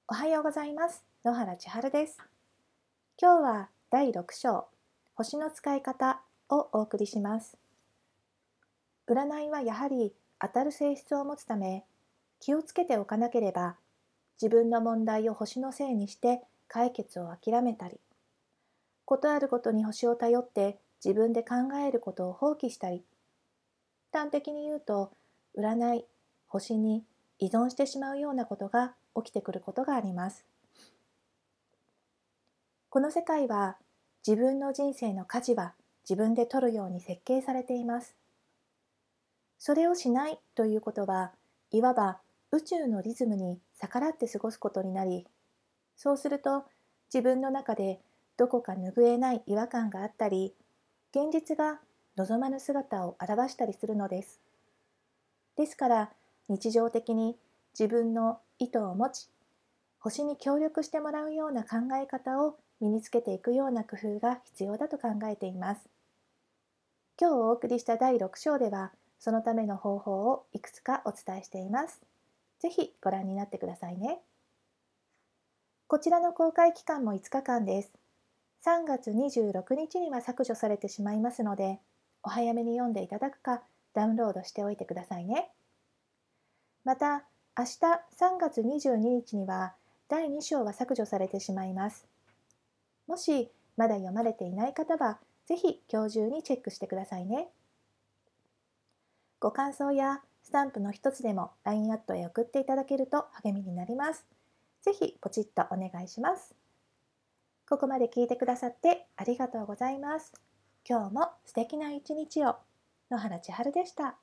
おはようございます。野原千春です。今日は第6章、星の使い方をお送りします。占いはやはり当たる性質を持つため、気をつけておかなければ、自分の問題を星のせいにして解決を諦めたり、ことあるごとに星を頼って自分で考えることを放棄したり、端的に言うと、占い、星に依存してしまうようなことが起きてくることがあります。この世界は自分の人生の舵は自分で取るように設計されています。それをしないということは、いわば宇宙のリズムに逆らって過ごすことになり、そうすると自分の中でどこか拭えない違和感があったり、現実が望まぬ姿を表したりするのです。ですから日常的に自分の意図を持ち、星に協力してもらうような考え方を身につけていくような工夫が必要だと考えています。今日お送りした第6章では、そのための方法をいくつかお伝えしています。ぜひご覧になってくださいね。こちらの公開期間も5日間です。3月26日には削除されてしまいますので、お早めに読んでいただくか、ダウンロードしておいてくださいね。また、明日3月22日には第2章は削除されてしまいます。もしまだ読まれていない方は、ぜひ今日中にチェックしてくださいね。ご感想やスタンプの一つでも LINE アットへ送っていただけると励みになります。ぜひポチッとお願いします。ここまで聞いてくださってありがとうございます。今日も素敵な一日を。野原千春でした。